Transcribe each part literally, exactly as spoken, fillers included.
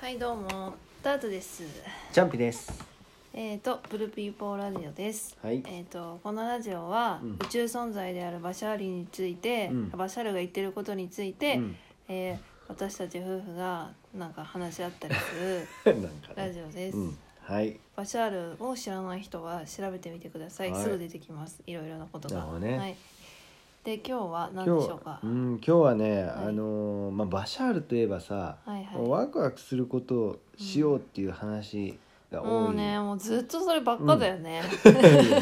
はいどうもダートです。 チャンピです。 えーとブルーピーポーラジオです。 はい。 えーとこのラジオは、 うん、 宇宙存在であるバシャールについて、うん、バシャールが言ってることについて、うんえー、私たち夫婦がなんか話し合ったりするなんか、ね、ラジオです、うんはい。 バシャールを知らない人は調べてみてください、はい、すぐ出てきます。いろいろなことが。なるほどね。はい。で今日は何でしょうか。 今日、うん、今日はね、はい、あのーまあ、バシャールといえばさ、はいはい、ワクワクすることをしようっていう話が多い、うん、 もうねもうずっとそればっかだよね、 うん、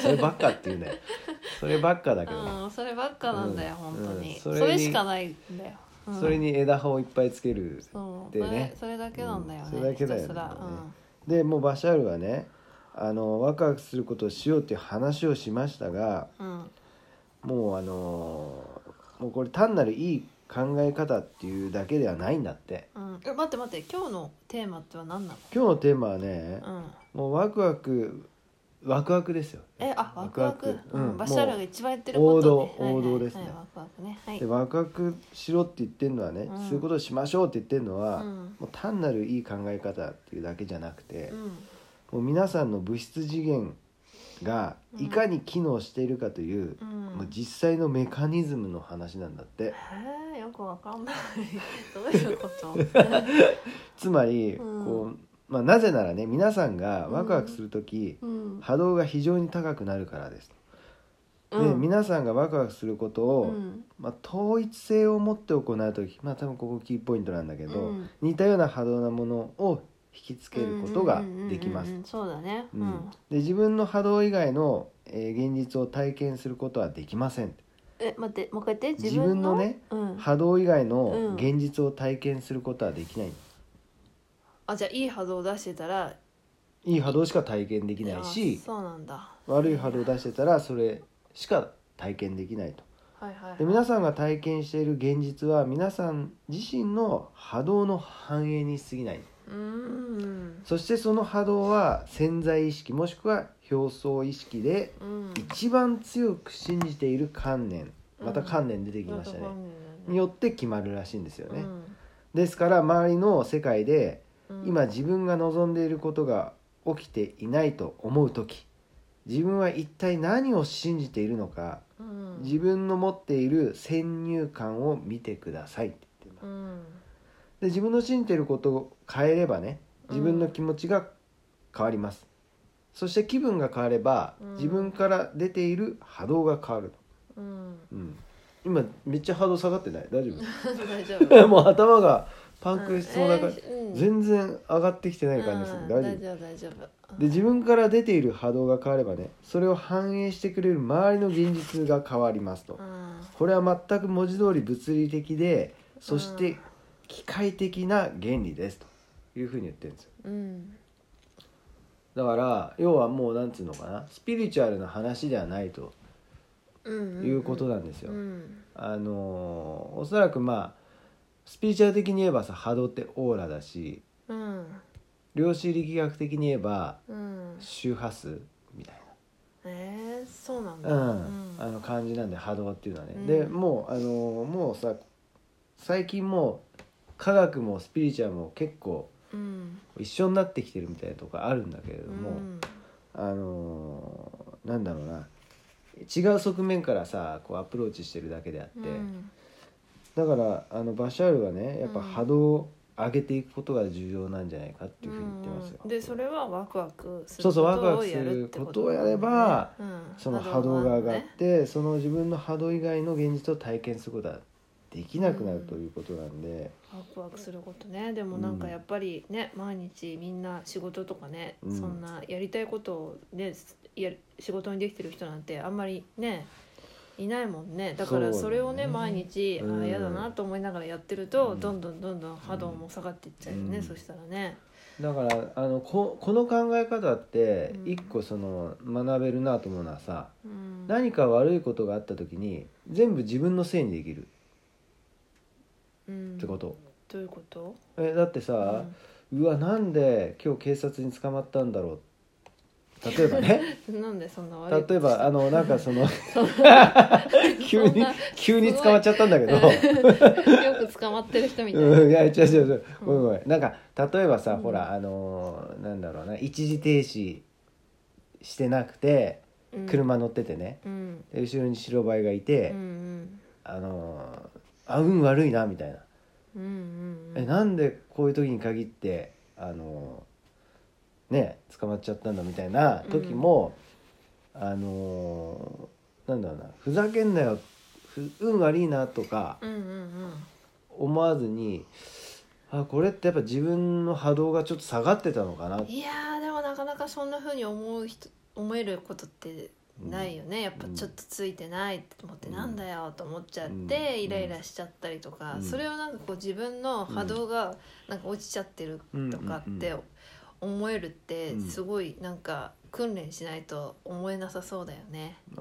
そればっかっていうねそればっかだけど、 うん、そればっかなんだよ、うん、本当に、うん、それ、 それしかないんだよ、 うん、それに枝葉をいっぱいつけるでね、それ、それだけなんだよね、うん、それだけだよね、 うん、でもうバシャールはねあのワクワクすることをしようっていう話をしましたが、うん、もうあのもうこれ単なるいい考え方っていうだけではないんだって、 うん、え待って待って今日のテーマっては何なの。 今日のテーマはね、うん、もうワクワクワクワクですよ。 えあワクワク、ワクワク、うん、バシャールが一番言ってること、ね、 王道王道ですね、 はいはいはい、ワクワクね、はい、 でワクワクしろって言ってるのはね、うん、そういうことをしましょうって言ってるのは、うん、もう単なるいい考え方っていうだけじゃなくて、うん、もう皆さんの物質次元がいかに機能しているかという、うん、もう実際のメカニズムの話なんだって。 へえよくわかんないどういうことつまり、うんこうまあ、なぜならね皆さんがワクワクするとき、うん、波動が非常に高くなるからです。で、うん、皆さんがワクワクすることを、うんまあ、統一性を持って行うとき、まあ、多分ここキーポイントなんだけど、うん、似たような波動なものを引きつけることができます。 そうだね、 うん、で自分の波動以外の、えー、現実を体験することはできません。 え待ってもう一回言って自分 の, 自分のね、うん、波動以外の現実を体験することはできない、うん、 あじゃあいい波動を出してたらいい波動しか体験できないし、 そうなんだ、 悪い波動を出してたらそれしか体験できないと、はいはいはい、で皆さんが体験している現実は皆さん自身の波動の反映に過ぎない。うーんそしてその波動は潜在意識もしくは表層意識で一番強く信じている観念、うん、また観念出てきましたね、うん、によって決まるらしいんですよね、うん、ですから周りの世界で今自分が望んでいることが起きていないと思うとき、自分は一体何を信じているのか、うん、自分の持っている先入観を見てくださいって言ってます、うんで自分の信じていることを変えればね自分の気持ちが変わります、うん、そして気分が変われば、うん、自分から出ている波動が変わる、うんうん、今めっちゃ波動下がってない？大丈夫？大丈夫もう頭がパンクしそうな感じ、うんえーうん、全然上がってきてない感じです、うん、大丈夫？大丈夫大丈夫で自分から出ている波動が変わればねそれを反映してくれる周りの現実が変わりますと、うん、これは全く文字通り物理的でそして機械的な原理ですというふうに言ってるんですよ、うん、だから要はもうなんつうのかなスピリチュアルな話ではないということなんですよ、うんうんうん、あのおそらくまあスピリチュアル的に言えばさ波動ってオーラだし、うん、量子力学的に言えば、うん、周波数みたいなえー、そうなんだ、 うんうん、あの感じなんで波動っていうのはね、うん、でもうあのもうさ最近もう科学もスピリチュアルも結構一緒になってきてるみたいなとこあるんだけれども、うん、あのー、なんだろうな違う側面からさこうアプローチしてるだけであって、うん、だからあのバシャールはねやっぱ波動を上げていくことが重要なんじゃないかっていうふうに言ってますよ、 うん、でそれはワクワクすることをやるってこと、そうそうワクワクすることをやれば、うん、その波動が上がって、ね、その自分の波動以外の現実を体験することができなくなるということなんで、 うん、ワクワクすることね。でもなんかやっぱりね、うん、毎日みんな仕事とかね、うん、そんなやりたいことをねや仕事にできてる人なんてあんまりねいないもんね。だからそれをね毎日、うん、あ嫌だなと思いながらやってると、うん、どんどんどんどん波動も下がっていっちゃうよね、うん、そしたらね。 だからあの こ, この考え方って一個その学べるなと思うのはさ、うん、何か悪いことがあった時に全部自分のせいにできるってこと、うん、 どういうこと？ えだってさ、うん、うわなんで今日警察に捕まったんだろう例えばねなんでそんな悪い例えばあのなんかその急に急に捕まっちゃったんだけどよく捕まってる人みたいな、 うん、いや違う違う違う、ごめんごめん、なんか例えばさ、うん、ほらあのー、なんだろうな、一時停止してなくて車乗っててね、うん、で後ろに白バイがいて、うんうん、あのー、あ運悪いなみたいな、うんうんうん、えなんでこういう時に限ってあのー、ね捕まっちゃったんだみたいな時も、うん、あのー、なんだろうな、ふざけんなよ、運悪いなとか思わずに、あこれってやっぱ自分の波動がちょっと下がってたのかな。 いやでもなかなかそんな風に思う人思えることってないよね、うん、やっぱちょっとついてないって思って、うん、なんだよと思っちゃって、うん、イライラしちゃったりとか、うん、それをなんかこう自分の波動がなんか落ちちゃってるとかって思えるってすごいなんか訓練しないと思えなさそうだよね。 あ、うん、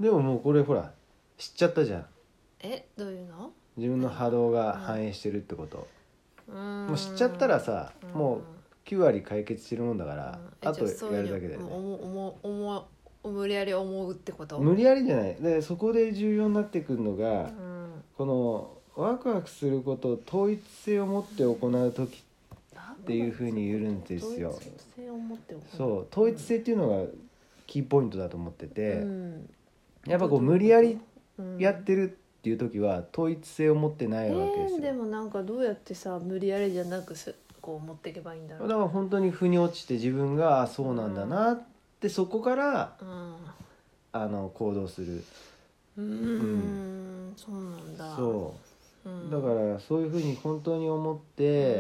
でももうこれほら知っちゃったじゃん。 えどういうの？ 自分の波動が反映してるってこと、うん、もう知っちゃったらさ、うん、もうきゅう割解決してるもんだから、うん、あとやるだけだよね。 無理やり思うってこと？ 無理やりじゃない。でそこで重要になってくるのが、うん、このワクワクすることを統一性を持って行う時っていうふうに言うんですよ。統一性を持って行う。そう統一性っていうのがキーポイントだと思ってて、うん、やっぱこう無理やりやってるっていう時は統一性を持ってないわけですよ、 えー、でもなんかどうやってさ無理やりじゃなくこう持っていけばいいんだろう。 だから本当に腑に落ちて自分がそうなんだなって、うん、そこから、うん、あの行動する。 うーん、うん、そうなんだ。 そう、うん、だからそういうふうに本当に思って、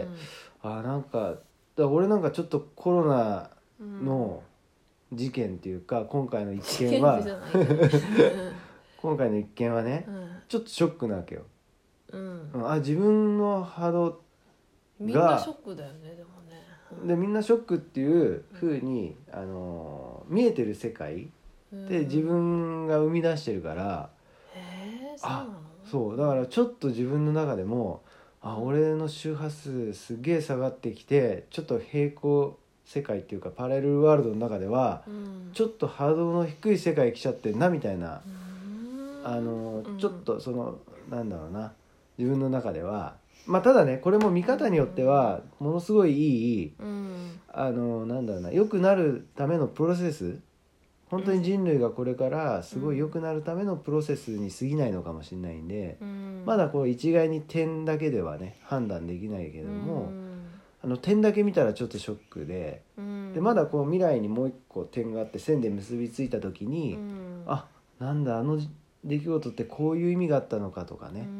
うん、あなんかだ俺なんかちょっとコロナの事件っていうか、今回の一件は今回の一件はね、うん、ちょっとショックなわけよ、うん、あ自分の波動がみんなショックだよね。でもね、 うん、でみんなショックっていう風に、うん、あの見えてる世界で自分が生み出してるから、 うん、へえそうなの？ そうだからちょっと自分の中でもあ俺の周波数すげえ下がってきて、ちょっと平行世界っていうかパラレルワールドの中では、うん、ちょっと波動の低い世界来ちゃってんなみたいな、うん、あのちょっとそのなんだろうな、自分の中ではまあただねこれも見方によってはものすごいいい、うん、あのなんだろうな良くなるためのプロセス、本当に人類がこれからすごい良くなるためのプロセスに過ぎないのかもしれないんで、うん、まだこう一概に点だけではね判断できないけれども、うん、あの点だけ見たらちょっとショックで、うん、でまだこう未来にもう一個点があって線で結びついた時に、うん、あなんだあの出来事ってこういう意味があったのかとかね、うん、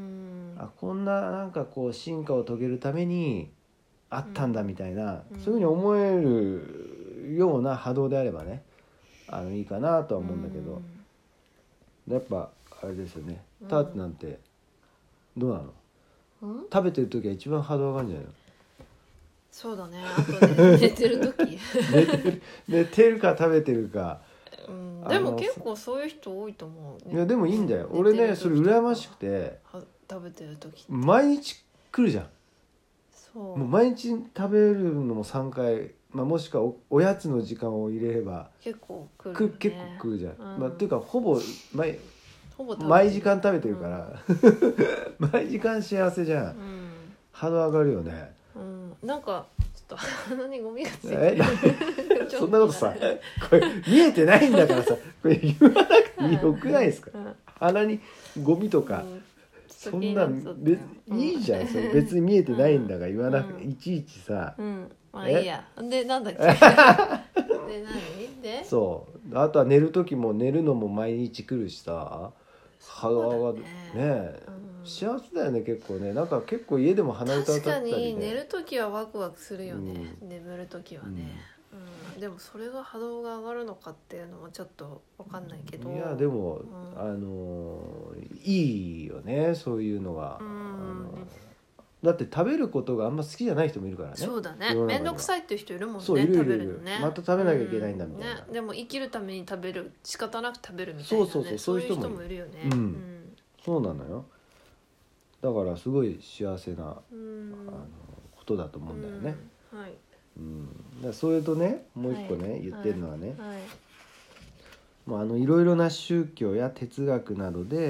あこんななんかこう進化を遂げるためにあったんだみたいな、うん、そういうふうに思えるような波動であればねあのいいかなとは思うんだけど、うん、やっぱあれですよね、ターツなんてどうなの、うん、食べてる時は一番波動上がるんじゃないの？ そうだね、あとね寝てる時寝てる寝てるか食べてるか、 うん、でも結構そういう人多いと思う、ね、 いやでもいいんだよ。俺ねそれ羨ましくて、 食べてる時毎日来るじゃん。 そうもう毎日食べるのもさんかい、まあ、もしくは お, おやつの時間を入れれば結構来る、ね、 結構来るじゃん、うんまあ、っていうかほぼ 毎, ほぼ毎時間食べてるから、うん、毎時間幸せじゃん、うん、波動上がるよね、 うん、なんかちょっと鼻にゴミがついてるそんなことさこれ見えてないんだからさこれ言わなくてよくないですか、うん、鼻にゴミとか、うんそんな別いいじゃん、それ別に見えてないんだから言わなくて、うん、いちいちさ、 うん、まあいいや。でなんだっけで何でそうあとは寝る時も寝るのも毎日来るしさ、 歯がねね、うん、幸せだよね結構ね。なんか結構家でも鼻歌歌ったり、ね、 確かに寝る時はワクワクするよね、うん、眠る時はね、うんうん、でもそれが波動が上がるのかっていうのもちょっと分かんないけど、 いやでも、うん、あのいいよねそういうのが、うん、あのだって食べることがあんま好きじゃない人もいるからね。 そうだね、面倒くさいっていう人いるもんね。 そういるいるいる、 食べるのね、 また食べなきゃいけないんだみたいな、 うんね、でも生きるために食べる、仕方なく食べるみたいな、ね、 そうそうそう、そういう人もいるよね、うんうん、そうなのよ。だからすごい幸せな、うん、あのことだと思うんだよね、 うんはいうん、だからそれとねもう一個ね、はい、言ってるのはね、はいはい、もうあのいろいろな宗教や哲学などで、うん、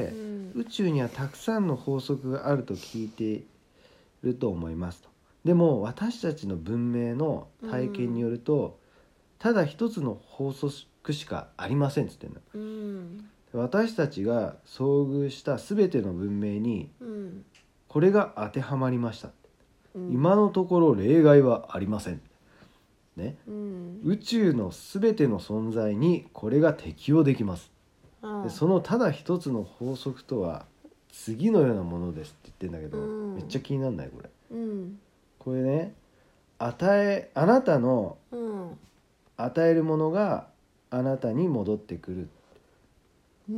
宇宙にはたくさんの法則があると聞いていると思いますと。でも私たちの文明の体験によると、うん、ただ一つの法則しかありませんっつってんだ、うん、私たちが遭遇した全ての文明にこれが当てはまりました、うん、今のところ例外はありません、ね、うん、宇宙の全ての存在にこれが適用できます。でそのただ一つの法則とは次のようなものですって言ってんだけど、うん、めっちゃ気にならないこれ、うん、これね、与えあなたの与えるものがあなたに戻ってくる、うん、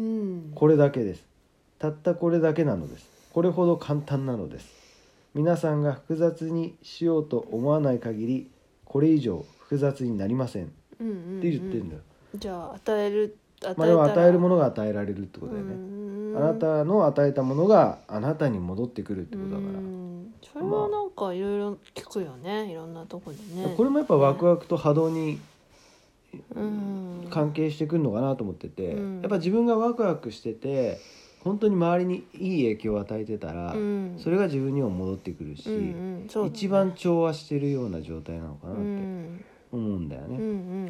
これだけです。たったこれだけなのです。これほど簡単なのです。皆さんが複雑にしようと思わない限りこれ以上複雑になりません、うんうんうん、って言ってんだよ。 じゃあ与える与えまあ、でも与えるものが与えられるってことだよね。あなたの与えたものがあなたに戻ってくるってことだから、 それはなんかいろいろ聞くよね、まあ、いろんなとこでね。 これもやっぱワクワクと波動に関係してくるのかなと思ってて、うん、やっぱ自分がワクワクしてて本当に周りにいい影響を与えてたら、うん、それが自分にも戻ってくるし、うんうんそうだね、一番調和してるような状態なのかなって思うんだよね、うんうん、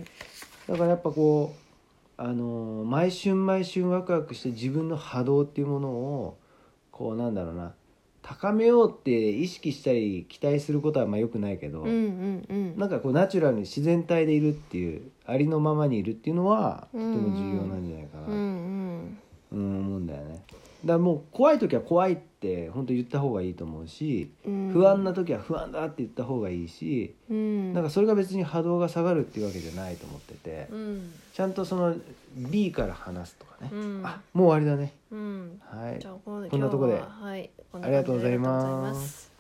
だからやっぱこうあの毎春毎春ワクワクして自分の波動っていうものをこうなんだろうな高めようって意識したり期待することはまあ良くないけど、うんうんうん、なんかこうナチュラルに自然体でいるっていうありのままにいるっていうのはとても重要なんじゃないかなと、うんうんうん、思うんだよね。だからもう怖い時は怖いって本当言った方がいいと思うし、うん、不安な時は不安だって言った方がいいし、うん、なんかそれが別に波動が下がるっていうわけじゃないと思ってて、うん、ちゃんとその B から話すとかね、うん、あもう終わりだね、うん、はい、じゃあこんなところで、はい、ありがとうございます。